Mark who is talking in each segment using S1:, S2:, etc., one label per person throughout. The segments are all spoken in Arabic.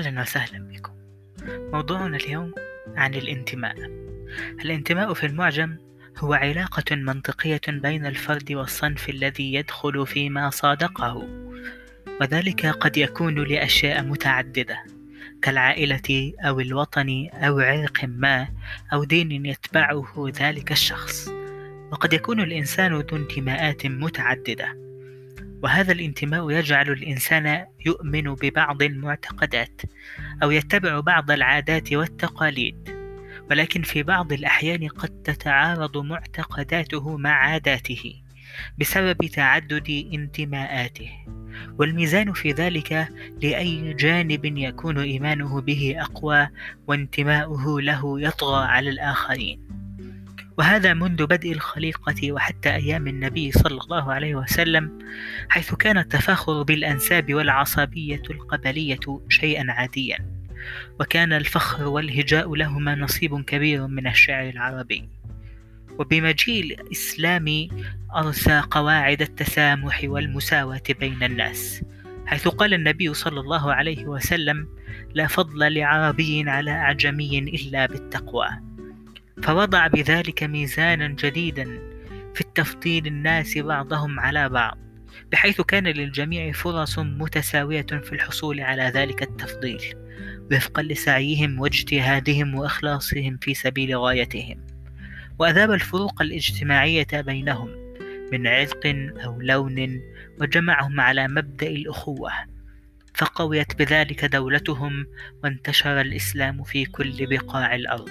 S1: أهلا وسهلا بكم. موضوعنا اليوم عن الانتماء. الانتماء في المعجم هو علاقة منطقية بين الفرد والصنف الذي يدخل فيما صادقه، وذلك قد يكون لأشياء متعددة كالعائلة أو الوطن أو عرق ما أو دين يتبعه ذلك الشخص، وقد يكون الإنسان ذو انتماءات متعددة، وهذا الانتماء يجعل الإنسان يؤمن ببعض المعتقدات أو يتبع بعض العادات والتقاليد، ولكن في بعض الأحيان قد تتعارض معتقداته مع عاداته بسبب تعدد انتماءاته، والميزان في ذلك لأي جانب يكون إيمانه به أقوى وانتماؤه له يطغى على الآخرين. وهذا منذ بدء الخليقة وحتى أيام النبي صلى الله عليه وسلم، حيث كان التفاخر بالأنساب والعصبية القبلية شيئا عاديا، وكان الفخر والهجاء لهما نصيب كبير من الشعر العربي. وبمجيء الإسلام أرسى قواعد التسامح والمساواة بين الناس، حيث قال النبي صلى الله عليه وسلم: لا فضل لعربي على أعجمي إلا بالتقوى. فوضع بذلك ميزانا جديدا في التفضيل الناس بعضهم على بعض، بحيث كان للجميع فرص متساوية في الحصول على ذلك التفضيل وفقا لسعيهم واجتهادهم وإخلاصهم في سبيل غايتهم، وأذاب الفروق الاجتماعية بينهم من عرق أو لون، وجمعهم على مبدأ الأخوة، فقويت بذلك دولتهم وانتشر الإسلام في كل بقاع الأرض.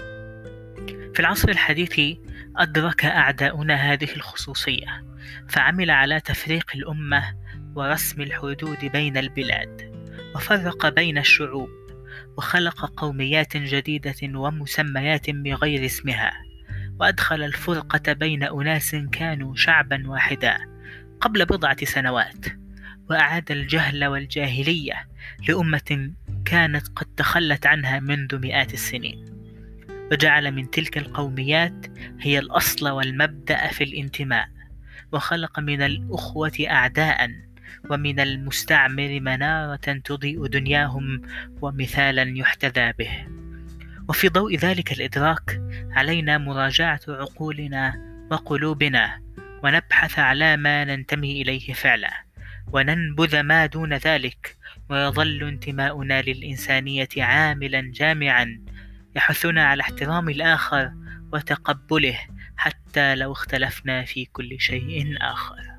S1: في العصر الحديث أدرك أعداؤنا هذه الخصوصية، فعمل على تفريق الأمة ورسم الحدود بين البلاد، وفرق بين الشعوب، وخلق قوميات جديدة ومسميات بغير اسمها، وأدخل الفرقة بين أناس كانوا شعبا واحدا قبل بضعة سنوات، وأعاد الجهل والجاهلية لأمة كانت قد تخلت عنها منذ مئات السنين، وجعل من تلك القوميات هي الأصل والمبدأ في الانتماء، وخلق من الأخوة أعداء، ومن المستعمر منارة تضيء دنياهم ومثالا يحتذى به. وفي ضوء ذلك الإدراك علينا مراجعة عقولنا وقلوبنا، ونبحث على ما ننتمي إليه فعلا، وننبذ ما دون ذلك، ويظل انتماؤنا للإنسانية عاملا جامعا يحثنا على احترام الآخر وتقبله حتى لو اختلفنا في كل شيء آخر.